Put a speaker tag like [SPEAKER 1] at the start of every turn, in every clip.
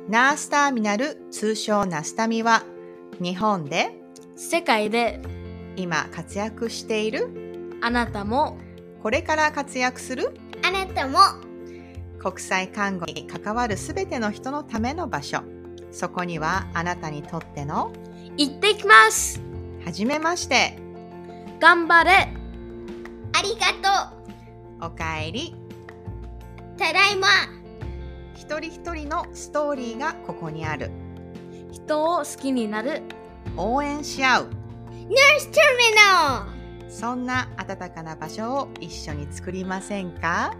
[SPEAKER 1] ナースターミナル、通称ナスタミは、日本で
[SPEAKER 2] 世界で
[SPEAKER 1] 今活躍している、
[SPEAKER 2] あなたも
[SPEAKER 1] これから活躍する、
[SPEAKER 3] あなたも
[SPEAKER 1] 国際看護に関わるすべての人のための場所。そこにはあなたにとっての
[SPEAKER 2] 行ってきます。
[SPEAKER 1] はじめまして、
[SPEAKER 2] 頑張れ。
[SPEAKER 3] ありがと
[SPEAKER 1] おかえり。
[SPEAKER 3] う。ただいま。
[SPEAKER 1] 一人一人のストーリーがここにある。
[SPEAKER 2] 人を好きになる。
[SPEAKER 1] 応援し合う。
[SPEAKER 3] ナースターミナル。
[SPEAKER 1] そんな温かな場所を一緒に作りませんか？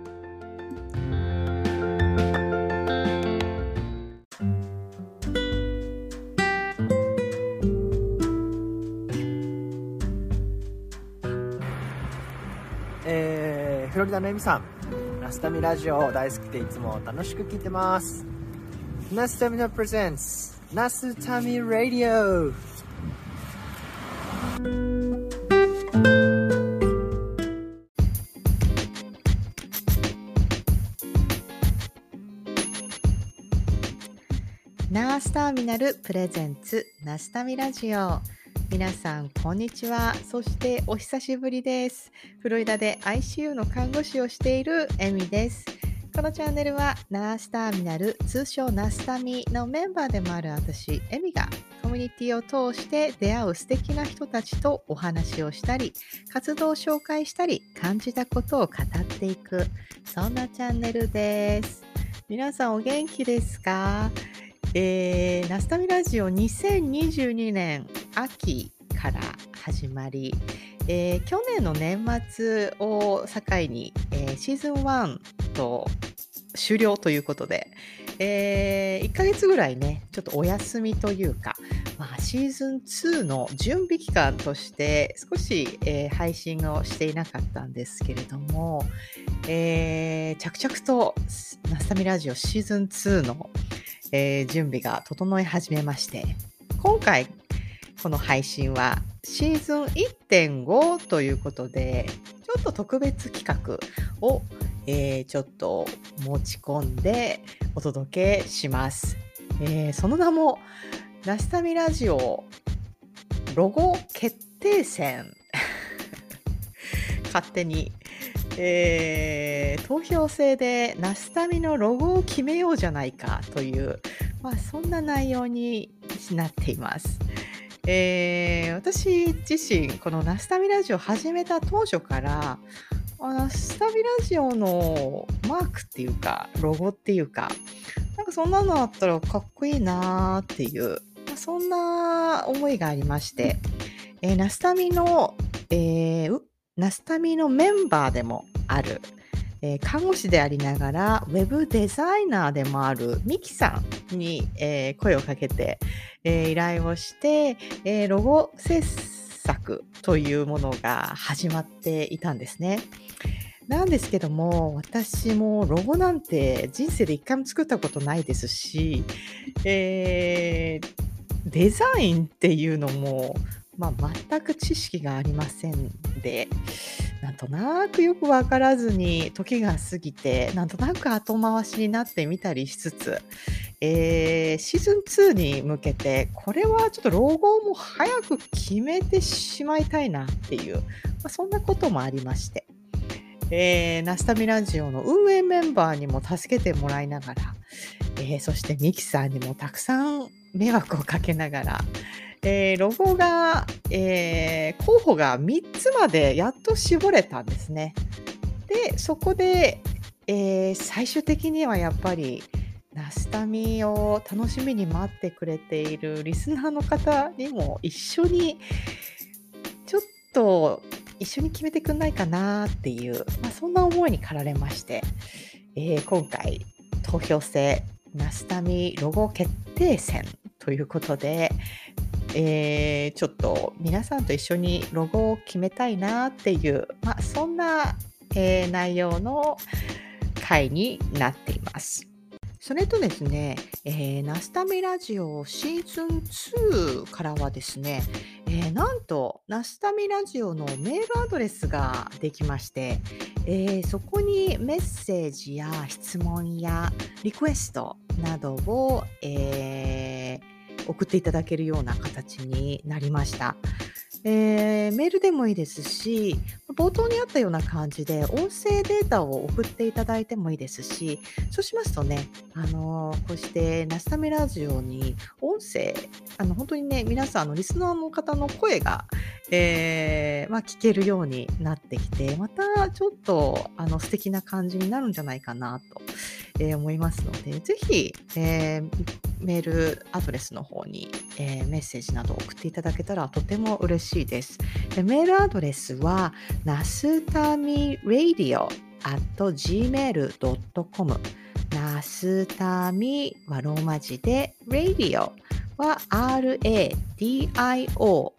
[SPEAKER 4] フロリダのエミさん、ナスタミラジオ大好きでいつも楽しく聞いてます。ナスタミナプレゼンツナスタミラディオ。
[SPEAKER 1] ナースターミナルプレゼンツナスタミラジオ。皆さんこんにちは。そしてお久しぶりです。フロリダで ICU の看護師をしているエミです。このチャンネルはナースターミナル、通称ナスタミのメンバーでもある私エミがコミュニティを通して出会う素敵な人たちとお話をしたり、活動を紹介したり、感じたことを語っていく、そんなチャンネルです。皆さんお元気ですか？ナスタミラジオ2022年秋から始まり、去年の年末を境に、シーズン1と終了ということで、1ヶ月ぐらいねちょっとお休みというか、シーズン2の準備期間として少し、配信をしていなかったんですけれども、着々とナスタミラジオシーズン2の準備が整い始めまして、今回この配信はシーズン 1.5 ということで、ちょっと特別企画を、ちょっと持ち込んでお届けします。その名もナスタミラジオロゴ決定戦勝手に投票制でナスタミのロゴを決めようじゃないかという、そんな内容になっています。私自身このナスタミラジオを始めた当初からナスタミラジオのマークっていうかロゴっていうか、なんかそんなのあったらかっこいいなっていう、そんな思いがありまして、ナスタミのメンバーでもある、看護師でありながらウェブデザイナーでもあるミキさんに、声をかけて、依頼をして、ロゴ制作というものが始まっていたんですね。なんですけども、私もロゴなんて人生で一回も作ったことないですし、デザインっていうのも全く知識がありませんで、なんとなくよくわからずに時が過ぎて、なんとなく後回しになってみたりしつつ、シーズン2に向けてこれはちょっとロゴも早く決めてしまいたいなっていう、そんなこともありまして、ナスタミラジオの運営メンバーにも助けてもらいながら、そしてミキさんにもたくさん迷惑をかけながら、ロゴが、候補が3つまでやっと絞れたんですね。で、そこで、最終的にはやっぱりナスタミを楽しみに待ってくれているリスナーの方にも一緒にちょっと一緒に決めてくんないかなっていう、そんな思いに駆られまして、今回投票制ナスタミロゴ決定戦ということで、ちょっと皆さんと一緒にロゴを決めたいなっていう、そんな、内容の回になっています。それとですね、ナスタミラジオシーズン2からはですね、なんとナスタミラジオのメールアドレスができまして、 そこにメッセージや質問やリクエストなどを、送っていただけるような形になりました。メールでもいいですし、冒頭にあったような感じで音声データを送っていただいてもいいですし、そうしますとね、こうしてナスタミラジオに音声、本当にね、皆さんリスナーの方の声が、聞けるようになってきて、またちょっと素敵な感じになるんじゃないかなと、思いますので、ぜひ、メールアドレスの方に、メッセージなど送っていただけたらとても嬉しいです。メールアドレスは nastami.radio@gmail.com ナスタミはローマ字で radio は RADIO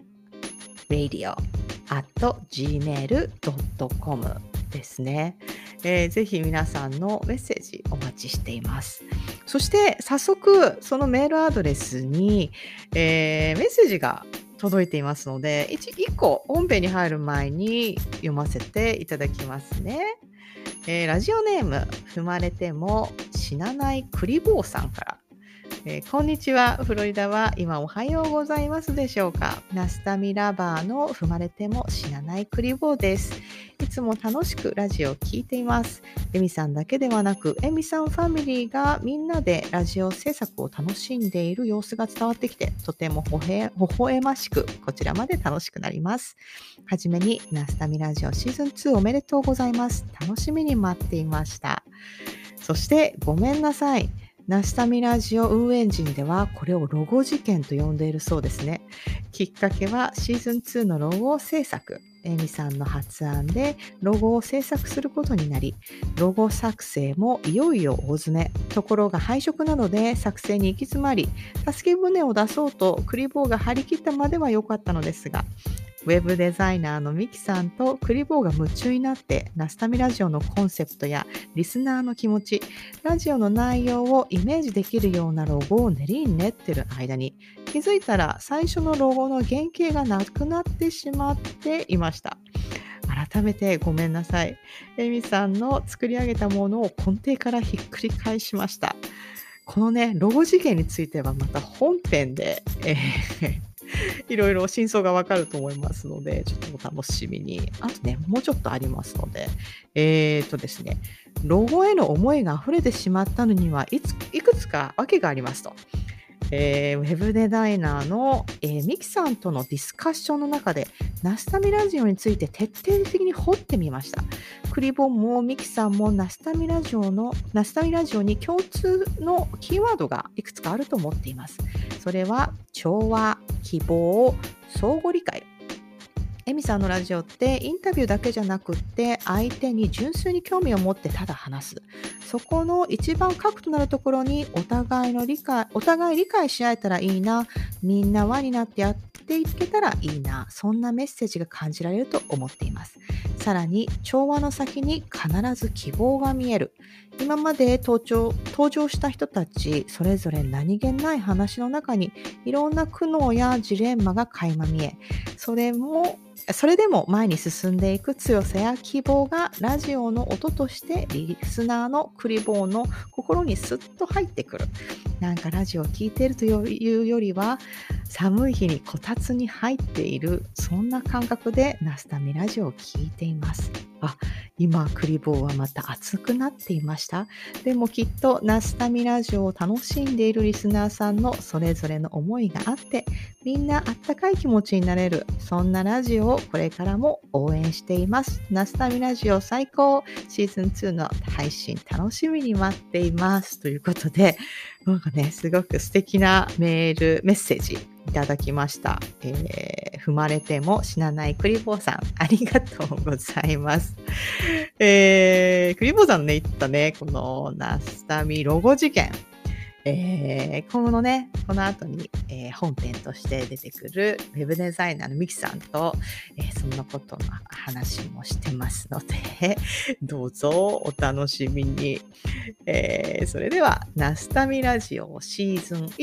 [SPEAKER 1] radio@gmail.com ですね。ぜひ皆さんのメッセージお待ちしています。そして早速そのメールアドレスに、メッセージが届いていますので、1個本編に入る前に読ませていただきますね。ラジオネーム踏まれても死なないクリボーさんから、こんにちは。フロリダは今おはようございますでしょうか。ナスタミラバーの踏まれても死なないクリボーです。いつも楽しくラジオを聞いています。エミさんだけではなく、エミさんファミリーがみんなでラジオ制作を楽しんでいる様子が伝わってきて、とても微笑ましく、こちらまで楽しくなります。はじめに、ナスタミラジオシーズン2おめでとうございます。楽しみに待っていました。そして、ごめんなさい。ナスタミラジオ運営陣ではこれをロゴ事件と呼んでいるそうですね。きっかけはシーズン2のロゴ制作。エミさんの発案でロゴを制作することになり、ロゴ作成もいよいよ大詰め。ところが配色などで作成に行き詰まり、助け舟を出そうとクリボーが張り切ったまでは良かったのですが、ウェブデザイナーのミキさんとクリボーが夢中になってナスタミラジオのコンセプトやリスナーの気持ち、ラジオの内容をイメージできるようなロゴを練りに練ってる間に気づいたら最初のロゴの原型がなくなってしまっていました。改めてごめんなさい。エミさんの作り上げたものを根底からひっくり返しました。このね、ロゴ事件についてはまた本編で、いろいろ真相がわかると思いますので、ちょっとお楽しみに。あとね、もうちょっとありますので、ですね、ロゴへの思いが溢れてしまったのにはいくつか訳がありますと。ウェブデザイナーの、ミキさんとのディスカッションの中でナスタミラジオについて徹底的に掘ってみました。クリボンもミキさんもナスタミラジオに共通のキーワードがいくつかあると思っています。それは調和、希望、相互理解。エミさんのラジオってインタビューだけじゃなくって相手に純粋に興味を持ってただ話す。そこの一番核となるところにお互い理解し合えたらいいな、みんな輪になってやっていけたらいいな、そんなメッセージが感じられると思っています。さらに調和の先に必ず希望が見える。今まで登場した人たちそれぞれ何気ない話の中にいろんな苦悩やジレンマが垣間見え、それでも前に進んでいく強さや希望がラジオの音としてリスナーのクリボーの心にスッと入ってくる。なんかラジオを聴いているというよりは寒い日にこたつに入っている、そんな感覚でナスタミラジオを聴いています。今クリボーはまた熱くなっていました。でもきっとナスタミラジオを楽しんでいるリスナーさんのそれぞれの思いがあって、みんなあったかい気持ちになれる、そんなラジオをこれからも応援しています。ナスタミラジオ最高、シーズン2の配信楽しみに待っていますということで、なんかね、すごく素敵なメッセージいただきました。踏まれても死なないクリボーさん、ありがとうございます。クリボーさんのね、言ったね、このナスタミロゴ事件。この後に、本編として出てくるウェブデザイナーのミキさんと、そんなことの話もしてますので、どうぞお楽しみに。それでは、ナスタミラジオシーズン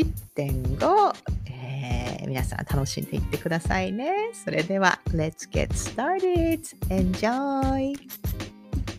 [SPEAKER 1] 1.5、皆さん楽しんでいってくださいね。それでは、Let's get started! Enjoy!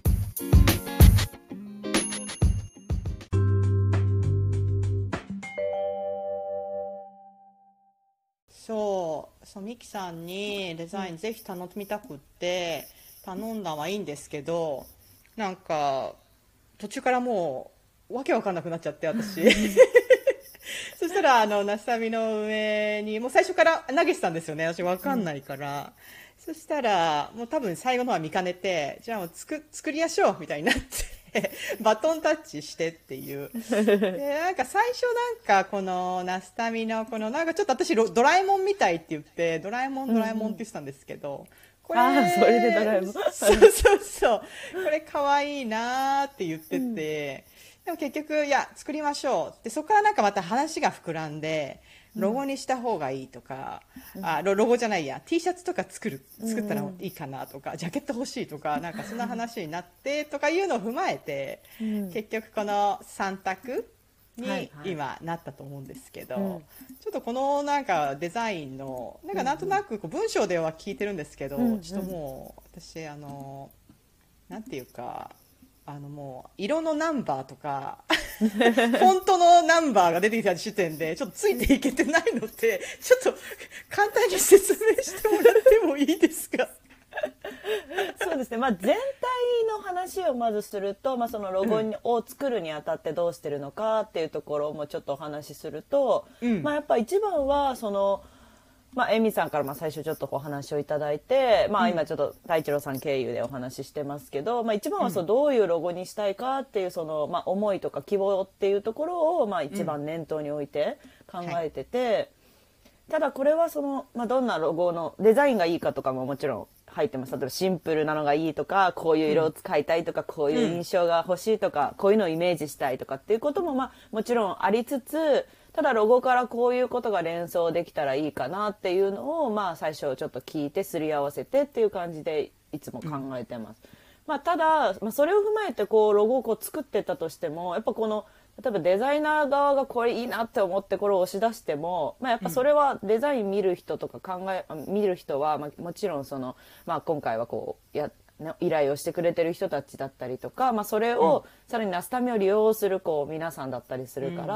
[SPEAKER 1] そうミキさんにデザインぜひ頼みたくって頼んだはいいんですけど、なんか途中からもうわけわかんなくなっちゃって私そしたらナスタミの上にもう最初から投げてたんですよね、私わかんないから、そしたらもう多分最後の方は見かねて、じゃあもう作りやしょうみたいになってバトンタッチしてっていうで、なんか最初なんかこのナスタミのこのなんかちょっと私ドラえもんみたいって言ってドラえもんって言ってたんですけど、これ
[SPEAKER 5] それでドラえもん
[SPEAKER 1] そうこれ可愛いなーって言ってて、でも結局いや作りましょうで、そこからなんかまた話が膨らんでロゴにした方がいいとか、ロゴじゃないや T シャツとか作ったらいいかなとか、ジャケット欲しいとか、なんかそんな話になってとかいうのを踏まえて、結局この3択に今なったと思うんですけど、ちょっとこのなんかデザインのなんとなくこう文章では聞いてるんですけど、ちょっともう私なんていうかもう色のナンバーとかフォントのナンバーが出てきた時点でちょっとついていけてないので、ちょっと簡単に説明してもらってもいいですか？
[SPEAKER 5] そうですね、全体の話をまずすると、そのロゴを作るにあたってどうしてるのかっていうところもちょっとお話しすると、やっぱ一番はそのエミさんから最初ちょっとお話をいただいて、今ちょっと太一郎さん経由でお話ししてますけど、一番はどういうロゴにしたいかっていうその、思いとか希望っていうところを一番念頭に置いて考えてて、ただこれはその、どんなロゴのデザインがいいかとかももちろん入ってます。例えばシンプルなのがいいとか、こういう色を使いたいとか、こういう印象が欲しいとか、こういうのをイメージしたいとかっていうことももちろんありつつ、ただロゴからこういうことが連想できたらいいかなっていうのを最初ちょっと聞いてすり合わせてっていう感じでいつも考えてます。ただ、それを踏まえてロゴを作ってったとしても、やっぱこの例えばデザイナー側がこれいいなって思ってこれを押し出しても、やっぱそれはデザイン見る人とか見る人は、もちろんその、今回は依頼をしてくれてる人たちだったりとか、それをさらにナスタミを利用する皆さんだったりするから、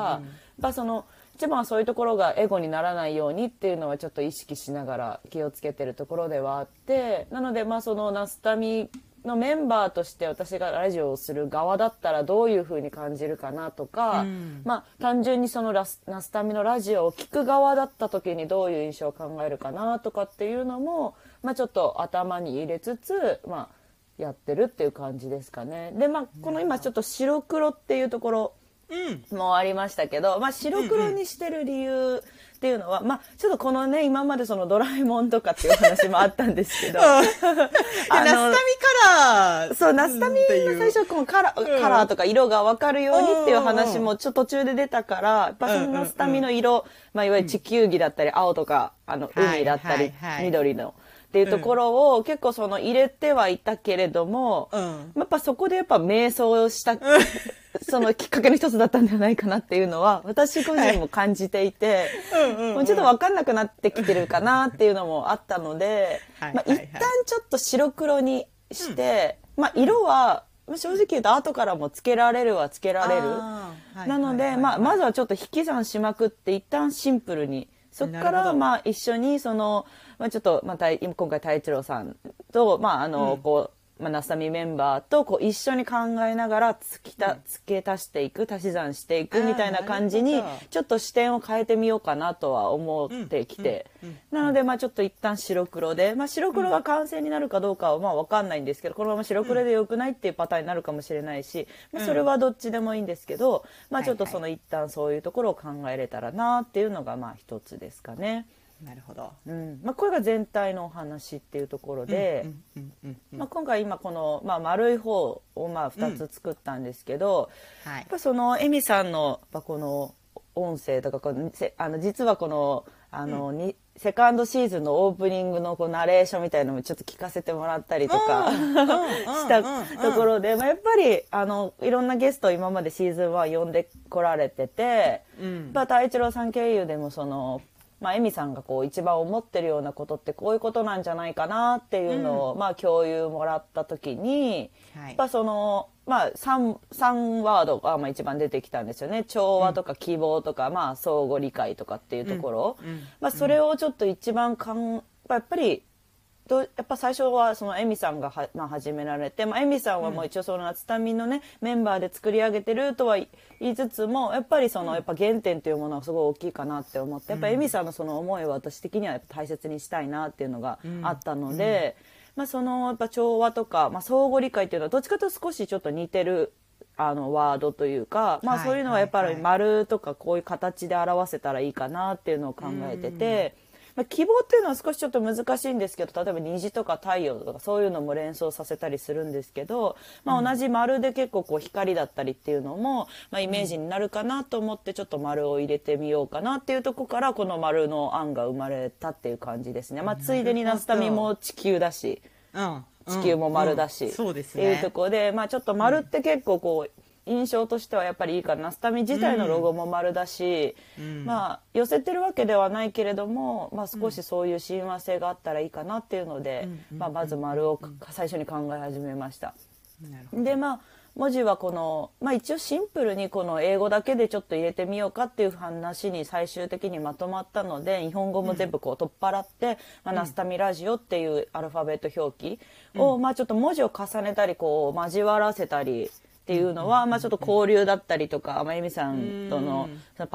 [SPEAKER 5] その一番はそういうところがエゴにならないようにっていうのはちょっと意識しながら気をつけてるところではあって、なのでそのナスタミのメンバーとして私がラジオをする側だったらどういう風に感じるかなとか、単純にそのナスタミのラジオを聞く側だった時にどういう印象を考えるかなとかっていうのも、ちょっと頭に入れつつ、やってるっていう感じですかね。で、この今ちょっと白黒っていうところもありましたけど、白黒にしてる理由っていうのは、ちょっとこのね、今までそのドラえもんとかっていう話もあったんですけど
[SPEAKER 1] ナスタミカラー、
[SPEAKER 5] そう、ナスタミの最初このカラーとか色が分かるようにっていう話もちょっと途中で出たから、やっぱそのナスタミの色、いわゆる地球儀だったり青とか海だったり緑のっていうところを結構その入れてはいたけれども、やっぱそこでやっぱ迷走したそのきっかけの一つだったんじゃないかなっていうのは私個人も感じていて、もうちょっと分かんなくなってきてるかなっていうのもあったので、一旦ちょっと白黒にして、色は正直言うと後からもつけられるはつけられる。なので、まずはちょっと引き算しまくって一旦シンプルに、そこから一緒にその、ちょっと今回太一郎さんとナスタミメンバーと一緒に考えながら付け足していく、足し算していくみたいな感じにちょっと視点を変えてみようかなとは思ってきて、なのでちょっと一旦白黒で、白黒が完成になるかどうかは分かんないんですけど、このまま白黒でよくないっていうパターンになるかもしれないし、それはどっちでもいいんですけど、ちょっとその一旦そういうところを考えれたらなっていうのが一つですかね。
[SPEAKER 1] なるほど。
[SPEAKER 5] これが全体のお話っていうところで、今回今この、丸い方を2つ作ったんですけど、やっぱそのエミさんのこの音声とか実はこのセカンドシーズンのオープニングのナレーションみたいなのもちょっと聞かせてもらったりとかしたところで、やっぱりいろんなゲストを今までシーズン1呼んでこられてて、太一郎さん経由でもそのまあ、エミさんがこう一番思ってるようなことってこういうことなんじゃないかなっていうのを、まあ、共有もらった時に、やっぱその、まあ、3ワードがまあ一番出てきたんですよね。調和とか希望とか、まあ、相互理解とかっていうところ、まあ、それをちょっと一番やっぱりやっぱ最初はそのエミさんがまあ、始められて、まあ、エミさんはもう一応その夏民のね、メンバーで作り上げてるとは言いつつも、やっぱりそのやっぱ原点というものはすごい大きいかなって思って、やっぱエミさんのその思いを私的にはやっぱ大切にしたいなっていうのがあったので、まあ、そのやっぱ調和とか、まあ、相互理解っていうのはどっちかというと少しちょっと似てるワードというか、まあ、そういうのはやっぱり丸とかこういう形で表せたらいいかなっていうのを考えてて、まあ、希望っていうのは少しちょっと難しいんですけど、例えば虹とか太陽とかそういうのも連想させたりするんですけど、まあ、同じ丸で結構こう光だったりっていうのも、まあ、イメージになるかなと思ってちょっと丸を入れてみようかなっていうところからこの丸の案が生まれたっていう感じですね。まあ、ついでにナスタミも地球だし、地球も丸だし、
[SPEAKER 1] そうですね、
[SPEAKER 5] っていうところで、まあ、ちょっと丸って結構こう印象としてはやっぱりいいかな。ナスタミ自体のロゴも丸だし、まあ寄せてるわけではないけれども、まあ、少しそういう親和性があったらいいかなっていうので、まあ、まず丸を最初に考え始めました。でまあ文字はこの、まあ、一応シンプルにこの英語だけでちょっと入れてみようかっていう話に最終的にまとまったので、日本語も全部こう取っ払って、まあ、ナスタミラジオっていうアルファベット表記を、まあ、ちょっと文字を重ねたりこう交わらせたりっていうのは、まあ、ちょっと交流だったりとか、まあ、エミさんとの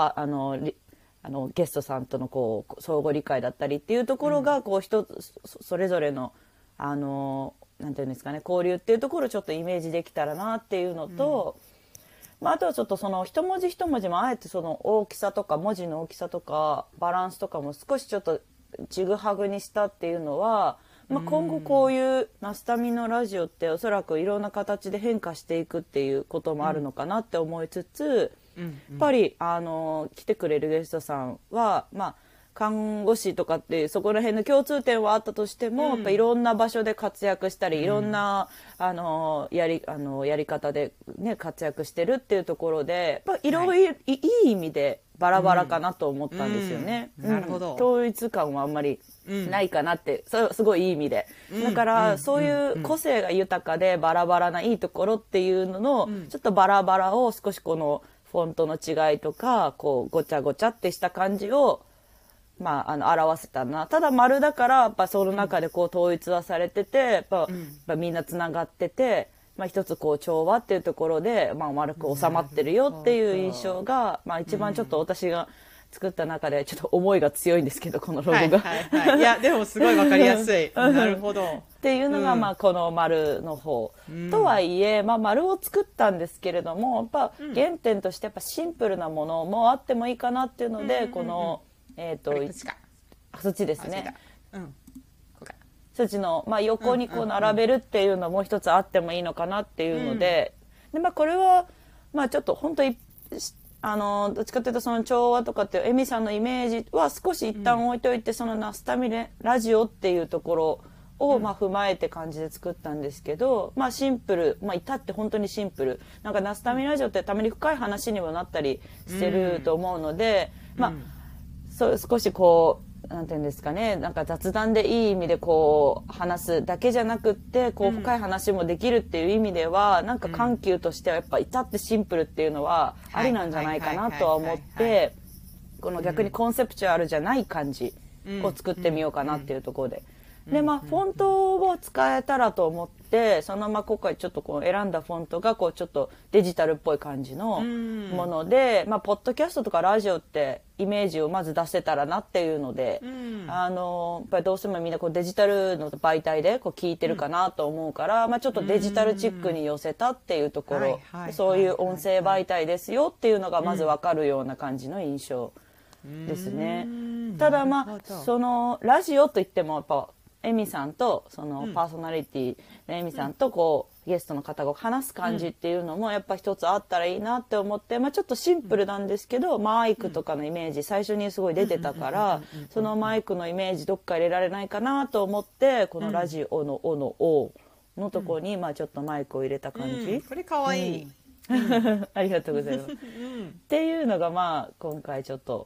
[SPEAKER 5] ゲストさんとのこう相互理解だったりっていうところがこう一つそれぞれのなんていうんですかね、交流っていうところをちょっとイメージできたらなっていうのと、まあ、あとはちょっとその一文字一文字もあえてその大きさとか文字の大きさとかバランスとかも少しちょっとちぐはぐにしたっていうのは、まあ、今後こういうナスタミのラジオっておそらくいろんな形で変化していくっていうこともあるのかなって思いつつ、やっぱり来てくれるゲストさんは、まあ、看護師とかってそこら辺の共通点はあったとしても、やっぱいろんな場所で活躍したり、いろんなやり方で、ね、活躍してるっていうところで、やっぱいろいろ、いい意味でバラバラかなと思ったんですよね。
[SPEAKER 1] なるほど。
[SPEAKER 5] 統一感はあんまりないかなって、すごいいい意味で。だから、そういう個性が豊かでバラバラないいところっていうのの、ちょっとバラバラを少しこのフォントの違いとか、こうごちゃごちゃってした感じを、まあ、表せたな。ただ丸だからやっぱその中でこう統一はされてて、やっぱみんなつながってて、まあ、一つこう調和っていうところで、まあ、丸く収まってるよっていう印象が、まあ、一番ちょっと私が作った中でちょっと思いが強いんですけど、このロゴが。
[SPEAKER 1] いやでもすごいわかりやすい。なるほど。
[SPEAKER 5] っていうのがまあこの丸の方、とはいえ、まあ、丸を作ったんですけれども、やっぱ原点としてやっぱシンプルなものもあってもいいかなっていうので、このそっちですね。そっちの、まあ、横にこう並べるっていうのも一つあってもいいのかなっていうので、でまあ、これは、まあ、ちょっと本当にどっちかというとその調和とかっていうエミさんのイメージは少し一旦置いといて、そのナスタミラジオっていうところをまあ踏まえて感じで作ったんですけど、まあ、シンプル、まあ、至って本当にシンプル。なんかナスタミラジオってたまに深い話にもなったりしてると思うので、まあ少しこうなんていうんですかね、なんか雑談でいい意味でこう話すだけじゃなくってこう深い話もできるっていう意味では、なんか緩急としてはやっぱ至ってシンプルっていうのはありなんじゃないかなとは思って、この逆にコンセプチュアルじゃない感じを作ってみようかなっていうところで。でまあ、フォントを使えたらと思ってそのまま今回ちょっとこう選んだフォントがこうちょっとデジタルっぽい感じのもので、まあ、ポッドキャストとかラジオってイメージをまず出せたらなっていうので、やっぱりどうしてもみんなこうデジタルの媒体でこう聞いてるかなと思うから、まあ、ちょっとデジタルチックに寄せたっていうところ、そういう音声媒体ですよっていうのがまず分かるような感じの印象ですね。ただまあそのラジオといってもやっぱエミさんとそのパーソナリティのエミさんとこうゲストの方が話す感じっていうのもやっぱ一つあったらいいなって思って、まあ、ちょっとシンプルなんですけどマイクとかのイメージ最初にすごい出てたからそのマイクのイメージどっか入れられないかなと思ってこのラジオの「お」の「お」のとこにまあちょっとマイクを入れた感じ。
[SPEAKER 1] これかわいい。
[SPEAKER 5] ありがとうございます。っていうのがまあ今回ちょっと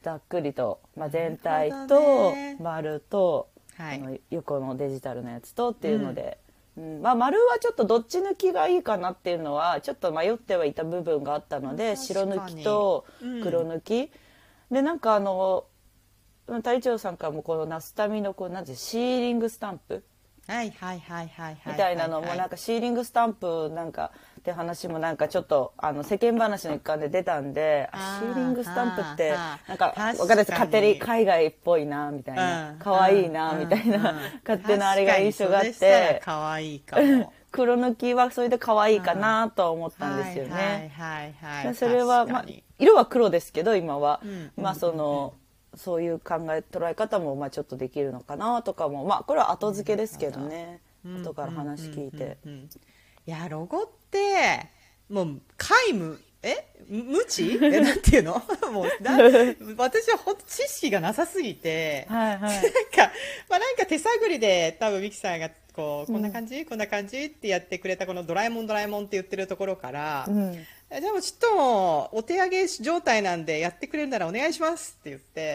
[SPEAKER 5] ざっくりと、全
[SPEAKER 1] なるほ
[SPEAKER 5] 体と
[SPEAKER 1] どね
[SPEAKER 5] 丸と、
[SPEAKER 1] はい
[SPEAKER 5] 横のデジタルのやつとっていうので、丸はちょっとどっち抜きがいいかなっていうのはちょっと迷ってはいた部分があったので、白抜きと黒抜き、でなんか隊長さんからもこのナスタミのなんてシーリングスタンプ
[SPEAKER 1] はいはいはいはい
[SPEAKER 5] みたいなのもなんかシーリングスタンプなんかって話もなんかちょっと世間話の一環で出たんで、シーリングスタンプってなんか分かんないです、勝手に海外っぽいなみたいな、可愛いなみたいな勝手なあれが印象があって、
[SPEAKER 1] 可愛いかも。
[SPEAKER 5] 黒抜きはそれで可愛いかなとは思ったんですよね。それは色は黒ですけど今はそういう捉え方もちょっとできるのかなとかも、これは後付けですけどね、後から話聞いて。
[SPEAKER 1] いやロゴってもう皆無無知なんていうのもう私は本当知識がなさすぎて、なんか手探りで多分ミキさんがこんな感じ、こんな感じってやってくれたこのドラえもんドラえもんって言ってるところから、でもちょっとお手上げ状態なんでやってくれるならお願いしますって言って、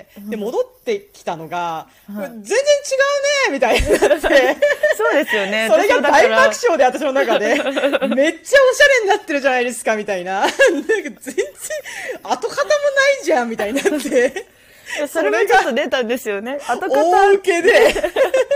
[SPEAKER 1] で戻ってきたのが、全然違うねみたいになってそう
[SPEAKER 5] ですよね。
[SPEAKER 1] それが大爆笑で私の中でめっちゃおしゃれになってるじゃないですかみたいななんか全然跡形もないじゃんみたいになって
[SPEAKER 5] それもちょっと出たんですよね。跡形
[SPEAKER 1] 大受けでなんか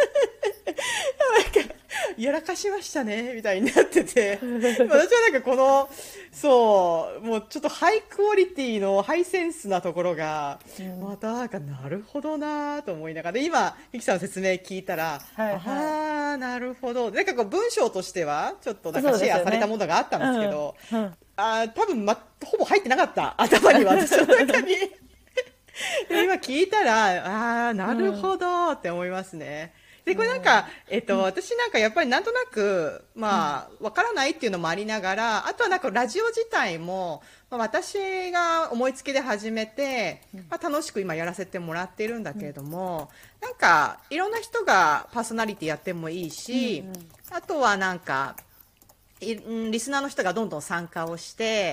[SPEAKER 1] やらかしましたねみたいになってて私はなんかそうもうちょっとハイクオリティのハイセンスなところが、またなんかなるほどなと思いながら、今ミキさんの説明聞いたら、ああなるほど、なんか文章としてはちょっとなんかシェアされたものがあったんですけど、多分、ほぼ入ってなかった頭には私の中に今聞いたらなるほどって思いますね。でこれなんか、私なんかやっぱりなんとなくわからないっていうのもありながら、あとはなんかラジオ自体も、私が思いつきで始めて、楽しく今やらせてもらっているんだけれども、なんかいろんな人がパーソナリティやってもいいし、あとはなんかリスナーの人がどんどん参加をして、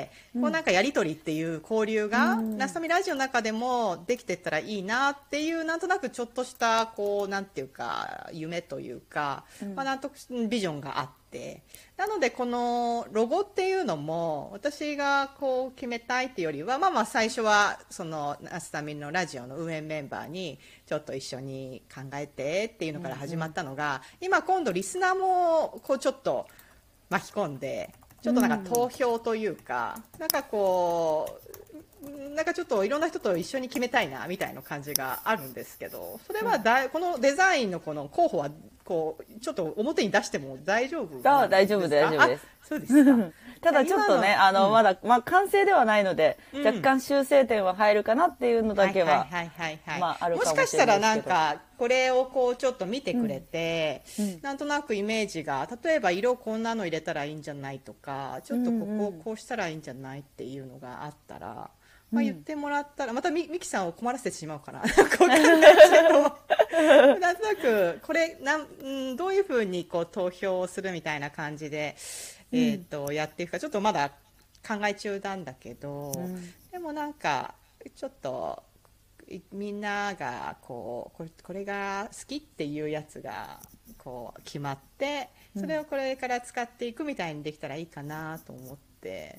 [SPEAKER 1] なんかやり取りっていう交流が、ナスタミラジオの中でもできていったらいいなっていう、なんとなくちょっとしたなんていうか夢というか、なんとビジョンがあって、なのでこのロゴっていうのも私が決めたいっていうよりは、最初はそのナスタミのラジオの運営メンバーにちょっと一緒に考えてっていうのから始まったのが、今度リスナーもちょっと巻き込んで、ちょっとなんか投票というか、なんかなんかちょっといろんな人と一緒に決めたいなみたいな感じがあるんですけど、それはこのデザインのこの候補はちょっと表に出しても大丈夫ですか？
[SPEAKER 5] 大丈夫です。
[SPEAKER 1] そうですか。
[SPEAKER 5] ただちょっとねまだ完成ではないので、若干修正点は入るかなっていうのだけはあるかもしれないですけど、
[SPEAKER 1] もしかしたらなんかこれをちょっと見てくれて、なんとなくイメージが、例えば色こんなの入れたらいいんじゃないとか、ちょっとこうしたらいいんじゃないっていうのがあったら、言ってもらったら、またミキさんを困らせてしまうかな分かんないけどなんとなくこれどういうふうに投票をするみたいな感じで、やっていくかちょっとまだ考え中なんだけど、でもなんかちょっとみんながこれが好きっていうやつが決まって、それをこれから使っていくみたいにできたらいいかなと思って、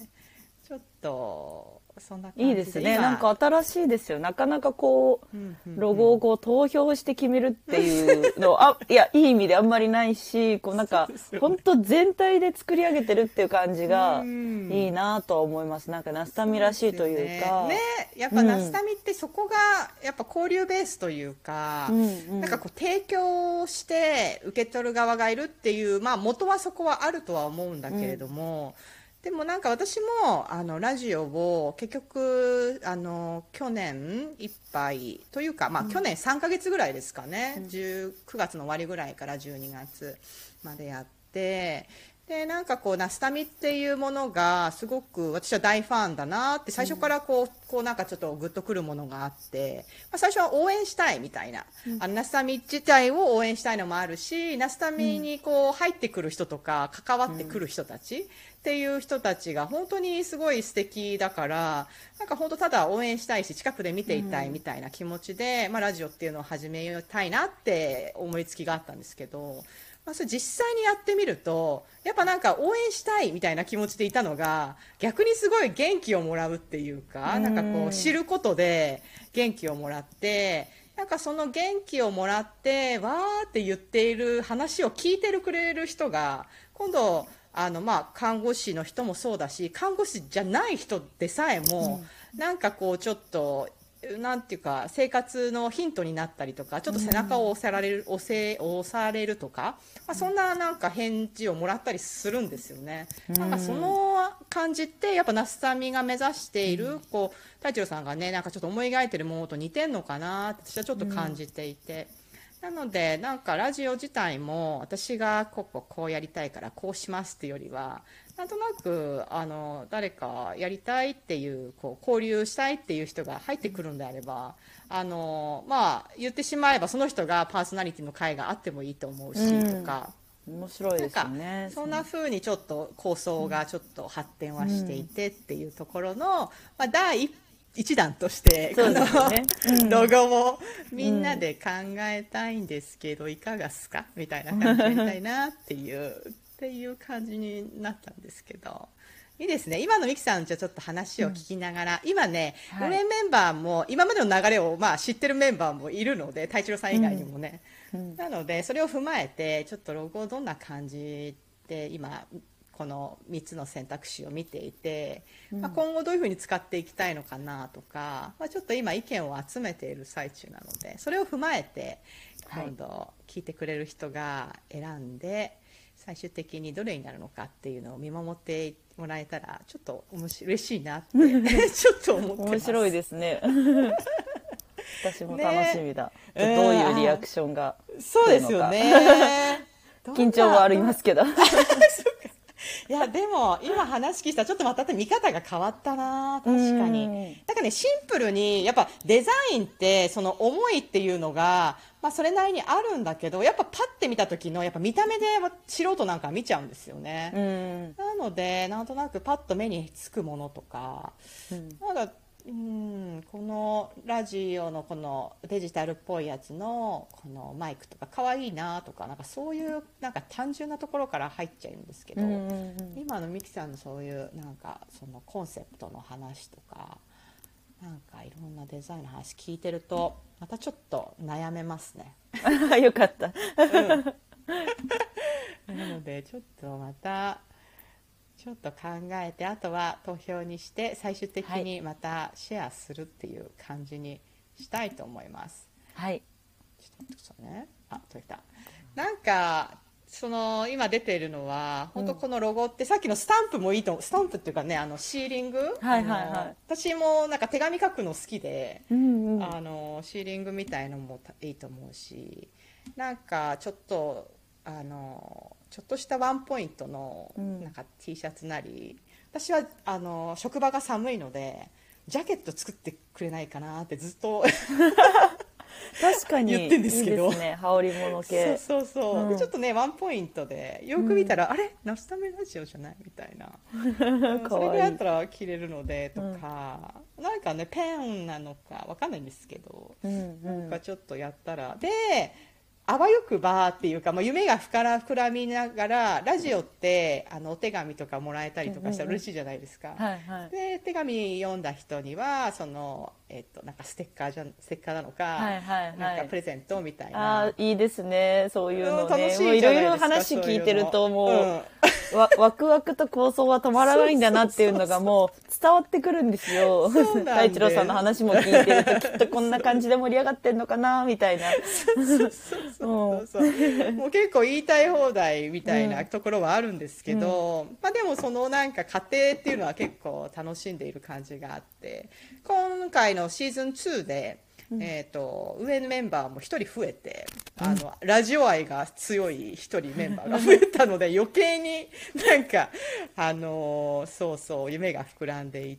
[SPEAKER 1] ちょっとそんな感じで。
[SPEAKER 5] いいですね。なんか新しいですよ。なかなかロゴを投票して決めるっていうのいやいい意味であんまりないし、なんか本当全体で作り上げてるっていう感じがいいなとは思います。なんかナスタミらしいというか、
[SPEAKER 1] やっぱナスタミってそこがやっぱ交流ベースというか、なんか提供して受け取る側がいるっていう、元はそこはあるとは思うんだけれども、でもなんか私もラジオを結局去年いっぱいというか、去年3ヶ月ぐらいですかね、9月の終わりぐらいから12月までやって、 でなんかこうナスタミっていうものがすごく私は大ファンだなって最初からこうなんかちょっとグッとくるものがあって、最初は応援したいみたいな、ナスタミ自体を応援したいのもあるし、ナスタミにこう入ってくる人とか関わってくる人たちっていう人たちが本当にすごい素敵だから、なんか本当ただ応援したいし近くで見ていたいみたいな気持ちで、ラジオっていうのを始めたいなって思いつきがあったんですけど、それ実際にやってみるとやっぱなんか応援したいみたいな気持ちでいたのが逆にすごい元気をもらうっていうか、なんかこう知ることで元気をもらって、なんかその元気をもらってわーって言っている話を聞いてくれる人が今度看護師の人もそうだし、看護師じゃない人でさえも、なんかこうちょっとなんていうか生活のヒントになったりとか、ちょっと背中を押されるとか、そんななんか返事をもらったりするんですよね。なんかその感じってやっぱナスタミが目指しているこう太一郎さんがねなんかちょっと思い描いてるものと似てんのかなって私はちょっと感じていて、なのでなんかラジオ自体も私がこうやりたいからこうしますっていうよりは、なんとなく誰かやりたいっていう交流したいっていう人が入ってくるんであれば、言ってしまえばその人がパーソナリティの会があってもいいと思うし、とか
[SPEAKER 5] 面白いですよね。
[SPEAKER 1] そんな風にちょっと構想がちょっと発展はしていてっていうところの、第一弾としてこのロゴもみんなで考えたいんですけど、いかがですかみたいな感じでやりたいなっていう感じになったんですけど、いいですね。今のミキさんじゃちょっと話を聞きながら、今ね、運営メンバーも今までの流れを知ってるメンバーもいるので、太一郎さん以外にもね、なのでそれを踏まえてちょっとロゴどんな感じで今この3つの選択肢を見ていて、今後どういうふうに使っていきたいのかなとか、ちょっと今意見を集めている最中なので、それを踏まえて今度聞いてくれる人が選んで、最終的にどれになるのかっていうのを見守ってもらえたらちょっと嬉しいなってちょっと思ってます。
[SPEAKER 5] 面白いですね私も楽しみだ、どういうリアクションが
[SPEAKER 1] そうですよね
[SPEAKER 5] 緊張はありますけど
[SPEAKER 1] いやでも今話聞いたらちょっとまた見方が変わったな。確かにだからね、シンプルにやっぱデザインってその思いっていうのがそれなりにあるんだけど、やっぱパッて見た時のやっぱ見た目で素人なんか見ちゃうんですよね。なのでなんとなくパッと目につくものとか、なんかこのラジオのこのデジタルっぽいやつのこのマイクとか可愛いなとか、なんかそういうなんか単純なところから入っちゃうんですけど、今のミキさんのそういうなんかそのコンセプトの話とか、なんかいろんなデザインの話聞いてるとまたちょっと悩めますね
[SPEAKER 5] よかった
[SPEAKER 1] なのでちょっとまたちょっと考えて、あとは投票にして最終的にまたシェアするっていう感じにしたいと思います。
[SPEAKER 5] はい。
[SPEAKER 1] ちょっと待ってくださいね。取れた。なんかその今出ているのは本当このロゴって、さっきのスタンプもいいと、スタンプっていうかね、シーリング、私もなんか手紙書くの好きで、シーリングみたいのもいいと思うし、なんかちょっとしたワンポイントのなんか T シャツなり、私は職場が寒いのでジャケット作ってくれないかなってずっと
[SPEAKER 5] 確かに
[SPEAKER 1] 言ってんですけど、
[SPEAKER 5] いいですね、羽織物系。
[SPEAKER 1] そう、でちょっとねワンポイントでよく見たら、あれナスタメラジオじゃないみたいなそれぐらいだったら着れるのでとか、なんかねペンなのかわかんないんですけど、なんかちょっとやったらであわよくばっていうか、夢が膨らみながら、ラジオってお手紙とかもらえたりとかしたら嬉しいじゃないですか。で手紙読んだ人にはその、なんかステッカーなのか、なんかプレゼントみたいな。
[SPEAKER 5] いいですね、そういうのね。
[SPEAKER 1] 楽しいじゃないですか。
[SPEAKER 5] いろいろ話聞いてるともう、ワクワクと構想は止まらないんだなっていうのがもう伝わってくるんですよ。太一郎さんの話も聞いてるときっとこんな感じで盛り上がってんのかなみたいな。
[SPEAKER 1] もう結構言いたい放題みたいなところはあるんですけど、でもそのなんか過程っていうのは結構楽しんでいる感じがあって、今回のシーズン2で上のメンバーも一人増えて、ラジオ愛が強い一人メンバーが増えたので余計になんかそうそう夢が膨らんでいって、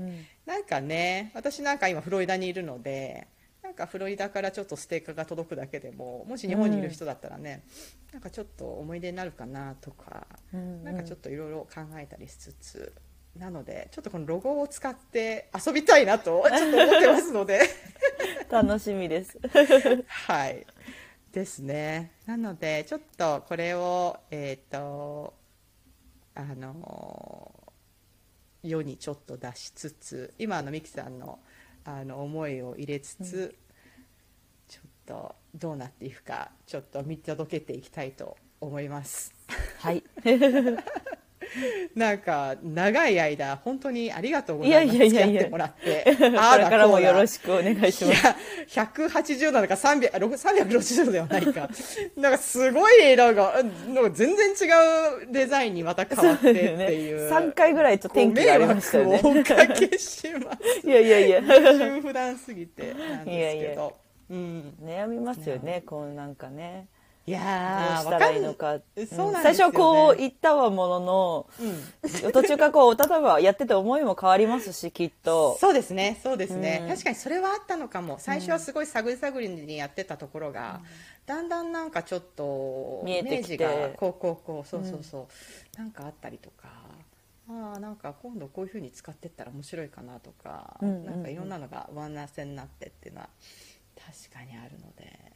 [SPEAKER 1] なんかね、私なんか今フロリダにいるので、なんかフロリダからちょっとステッカーが届くだけでも、もし日本にいる人だったらね、なんかちょっと思い出になるかなとか、なんかちょっといろいろ考えたりしつつ、なのでちょっとこのロゴを使って遊びたいなとちょっと思ってますので
[SPEAKER 5] 楽しみです
[SPEAKER 1] はいですね。なのでちょっとこれを世にちょっと出しつつ、今ミキさんの思いを入れつつ、ちょっとどうなっていくかちょっと見届けていきたいと思います
[SPEAKER 5] はい
[SPEAKER 1] なんか長い間本当にありがとうございます。付き合ってもらって
[SPEAKER 5] これからもよろしくお願いします。いや
[SPEAKER 1] 180なのか360度ではないかなんかすごいなんか全然違うデザインにまた変わってっていう、ね、
[SPEAKER 5] 3回ぐらいちょっと天気がありましたよね。
[SPEAKER 1] 迷惑をおかけします
[SPEAKER 5] いや
[SPEAKER 1] 普段すぎてなんですけど、
[SPEAKER 5] 悩みますよね、こうなんかね、
[SPEAKER 1] いや
[SPEAKER 5] どうしたらいいのか、
[SPEAKER 1] そうなんですよね、
[SPEAKER 5] 最初はこう言ったはものの、途中からこう例えばやってて思いも変わりますし、きっと
[SPEAKER 1] そうですね、確かにそれはあったのかも。最初はすごい探り探りにやってたところが、だんだんなんかちょっと
[SPEAKER 5] 見えてきて、
[SPEAKER 1] イメージがこうそうなんかあったりとか、なんか今度こういう風に使ってったら面白いかなとか、なんかいろんなのが上乗せになってっていうのは確かにあるので、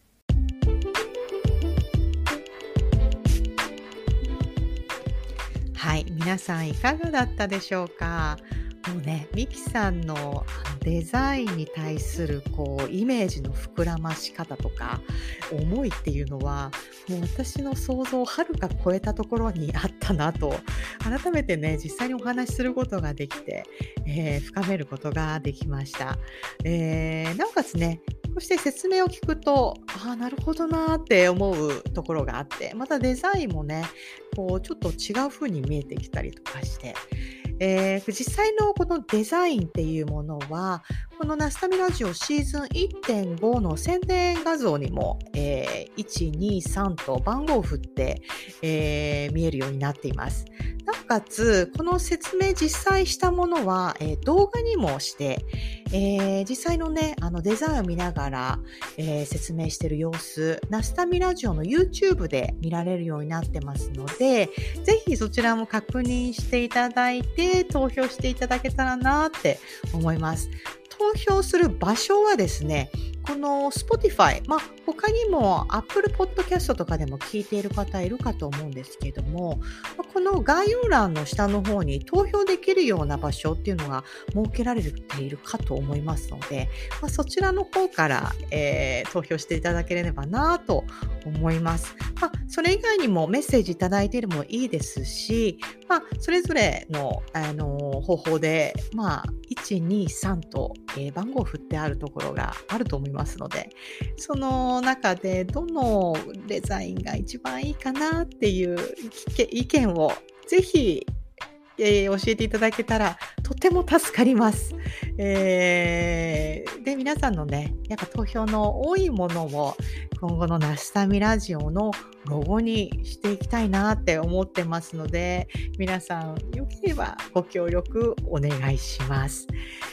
[SPEAKER 1] はい、皆さんいかがだったでしょうか。もうね、ミキさんのデザインに対するこうイメージの膨らまし方とか思いっていうのは、もう私の想像をはるか超えたところにあったなと改めてね、実際にお話しすることができて、深めることができました。なおかつね、そして説明を聞くと、なるほどなって思うところがあって、またデザインもね、こうちょっと違う風に見えてきたりとかして、実際のこのデザインっていうものは、このナスタミラジオシーズン 1.5 の宣伝画像にも、123と番号を振って、見えるようになっています。なおかつこの説明実際したものは、動画にもして、実際のねデザインを見ながら、説明している様子、ナスタミラジオの YouTube で見られるようになってますので、ぜひそちらも確認していただいて投票していただけたらなって思います。投票する場所はですね、この Spotify、他にも Apple Podcast とかでも聞いている方いるかと思うんですけども、この概要欄の下の方に投票できるような場所っていうのが設けられているかと思いますので、そちらの方から、投票していただければなと思います。それ以外にもメッセージいただいているもいいですし、それぞれの、方法で、1、2、3と、番号を振ってあるところがあると思いますので、その中でどのデザインが一番いいかなっていう意見をぜひ、教えていただけたらとても助かります。で、皆さんのね、やっぱ投票の多いものを今後のナスタミラジオのロゴにしていきたいなって思ってますので、皆さんよければご協力お願いします。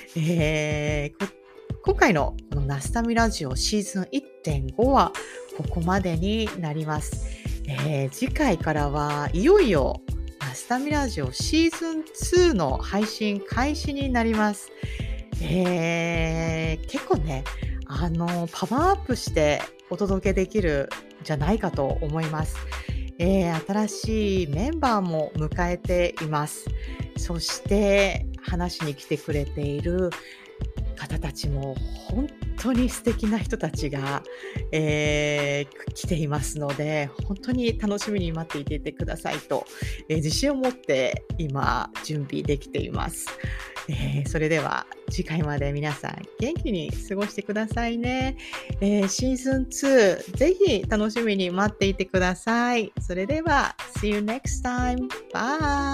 [SPEAKER 1] 今回のこのナスタミラジオシーズン 1.5 はここまでになります。次回からはいよいよナスタミラジオシーズン2の配信開始になります。結構ね、パワーアップしてお届けできるんじゃないかと思います。新しいメンバーも迎えています。そして話に来てくれている方たちも本当に素敵な人たちが、来ていますので、本当に楽しみに待っていてくださいと、自信を持って今準備できています。それでは次回まで皆さん元気に過ごしてくださいね。シーズン2ぜひ楽しみに待っていてください。それでは See you next time. Bye.